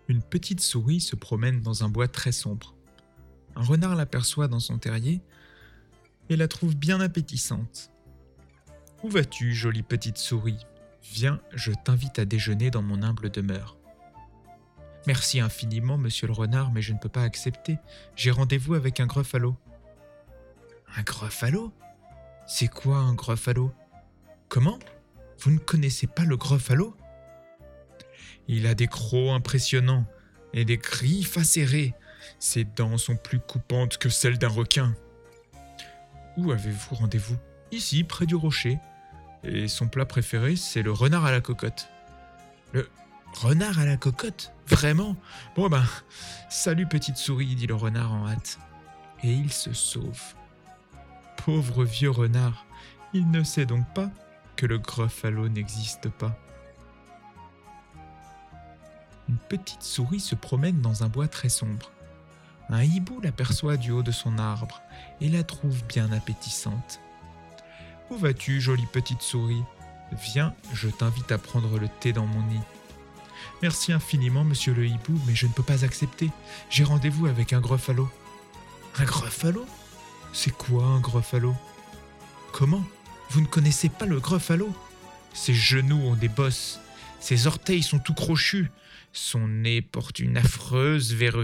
Une petite souris se promène dans un bois très sombre. Un renard l'aperçoit dans son terrier et la trouve bien appétissante. « Où vas-tu, jolie petite souris ? Viens, je t'invite à déjeuner dans mon humble demeure. » « Merci infiniment, monsieur le renard, mais je ne peux pas accepter. J'ai rendez-vous avec un gruffalo. »« Un gruffalo ? C'est quoi un gruffalo ? Comment ? Vous ne connaissez pas le gruffalo ? Il a des crocs impressionnants et des griffes acérées. Ses dents sont plus coupantes que celles d'un requin. »« Où avez-vous rendez-vous ? » ?»« Ici, près du rocher. Et son plat préféré, c'est le renard à la cocotte. »« Le renard à la cocotte ? Vraiment ? Bon ben, salut petite souris, dit le renard en hâte. Et il se sauve. Pauvre vieux renard, il ne sait donc pas que le gruffalo n'existe pas. Une petite souris se promène dans un bois très sombre. Un hibou l'aperçoit du haut de son arbre et la trouve bien appétissante. « Où vas-tu, jolie petite souris ? Viens, je t'invite à prendre le thé dans mon nid. »« Merci infiniment, monsieur le hibou, mais je ne peux pas accepter. J'ai rendez-vous avec un gruffalo. »« Un gruffalo ? C'est quoi un gruffalo ? Comment ? Vous ne connaissez pas le gruffalo ? Ses genoux ont des bosses, ses orteils sont tout crochus, son nez porte une affreuse verrue. »«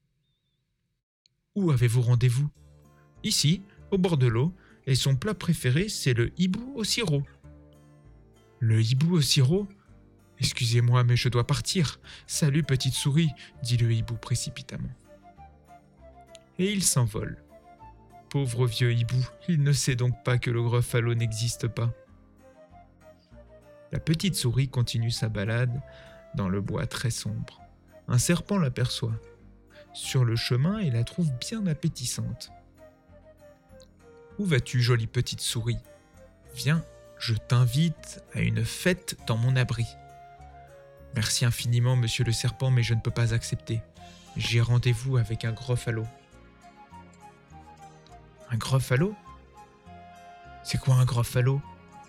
Où avez-vous rendez-vous ? » ?»« Ici, au bord de l'eau, et son plat préféré, c'est le hibou au sirop. »« Le hibou au sirop ? Excusez-moi, mais je dois partir. Salut, petite souris, dit le hibou précipitamment. Et il s'envole. Pauvre vieux hibou, il ne sait donc pas que le gruffalo n'existe pas. La petite souris continue sa balade dans le bois très sombre. Un serpent l'aperçoit. Sur le chemin, il la trouve bien appétissante. « Où vas-tu, jolie petite souris ? Viens, je t'invite à une fête dans mon abri. » « Merci infiniment, monsieur le serpent, mais je ne peux pas accepter. J'ai rendez-vous avec un gruffalo. »« Un gruffalo ? C'est quoi un gruffalo ? Comment ?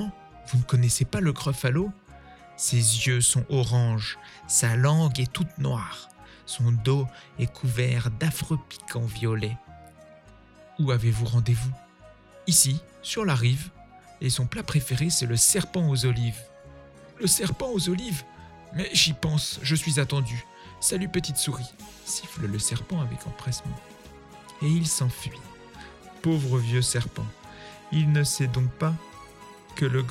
Vous ne connaissez pas le gruffalo ? Ses yeux sont orange, sa langue est toute noire, son dos est couvert d'affreux piquants violets. Où avez-vous rendez-vous ? Ici, sur la rive, et son plat préféré, c'est le serpent aux olives. »« Le serpent aux olives ? Mais j'y pense, je suis attendu. Salut petite souris, siffle le serpent avec empressement. Et il s'enfuit. Pauvre vieux serpent, il ne sait donc pas que le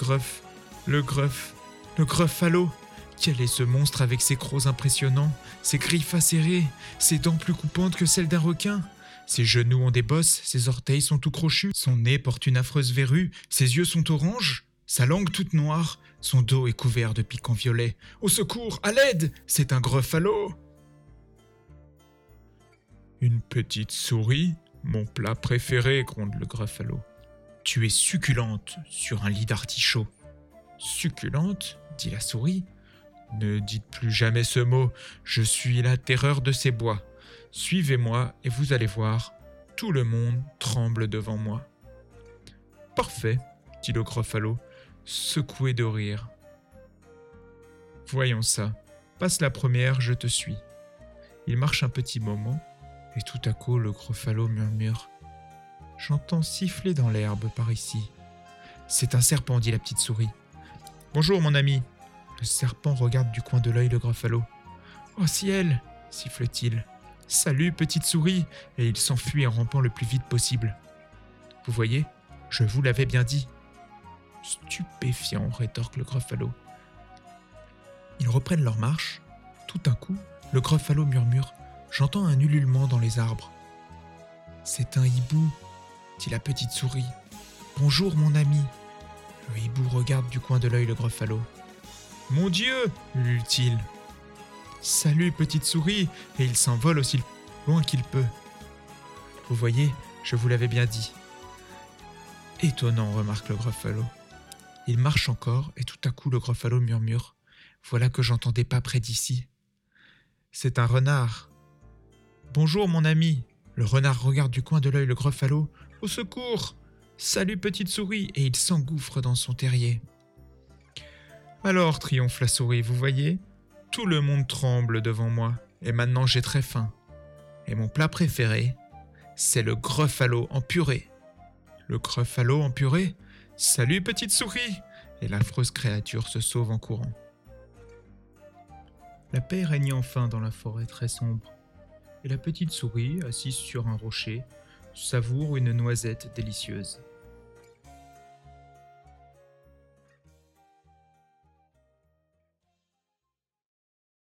gruffalo, quel est ce monstre avec ses crocs impressionnants, ses griffes acérées, ses dents plus coupantes que celles d'un requin ? Ses genoux ont des bosses, ses orteils sont tout crochus, son nez porte une affreuse verrue, ses yeux sont oranges, sa langue toute noire, son dos est couvert de piquants violets. Au secours, à l'aide, c'est un gruffalo. Une petite souris, mon plat préféré, gronde le gruffalo. Tu es succulente sur un lit d'artichaut. Succulente, dit la souris. Ne dites plus jamais ce mot, je suis la terreur de ces bois. Suivez-moi et vous allez voir, tout le monde tremble devant moi. Parfait, dit le gruffalo, secoué de rire. Voyons ça, passe la première, je te suis. Il marche un petit moment, et tout à coup le gruffalo murmure. J'entends siffler dans l'herbe par ici. C'est un serpent, dit la petite souris. Bonjour mon ami. Le serpent regarde du coin de l'œil le gruffalo. Oh ciel, siffle-t-il. Salut petite souris, et il s'enfuit en rampant le plus vite possible. Vous voyez, je vous l'avais bien dit. Stupéfiant, rétorque le gruffalo. Ils reprennent leur marche. Tout d'un coup, le gruffalo murmure. J'entends un ululement dans les arbres. C'est un hibou, dit la petite souris. Bonjour mon ami. Le hibou regarde du coin de l'œil le gruffalo. Mon Dieu, ulule-t-il. Salut petite souris, et il s'envole aussi loin qu'il peut. Vous voyez, je vous l'avais bien dit. Étonnant, remarque le gruffalo. Il marche encore, et tout à coup le gruffalo murmure. Voilà que j'entendais pas près d'ici. C'est un renard. Bonjour mon ami. Le renard regarde du coin de l'œil le gruffalo. Au secours! Salut petite souris, et il s'engouffre dans son terrier. Alors, triomphe la souris, vous voyez, Tout le monde tremble devant moi, et maintenant j'ai très faim. Et mon plat préféré, c'est le gruffalo en purée. Le gruffalo en purée? Salut petite souris! Et l'affreuse créature se sauve en courant. La paix règne enfin dans la forêt très sombre, et la petite souris, assise sur un rocher, savoure une noisette délicieuse.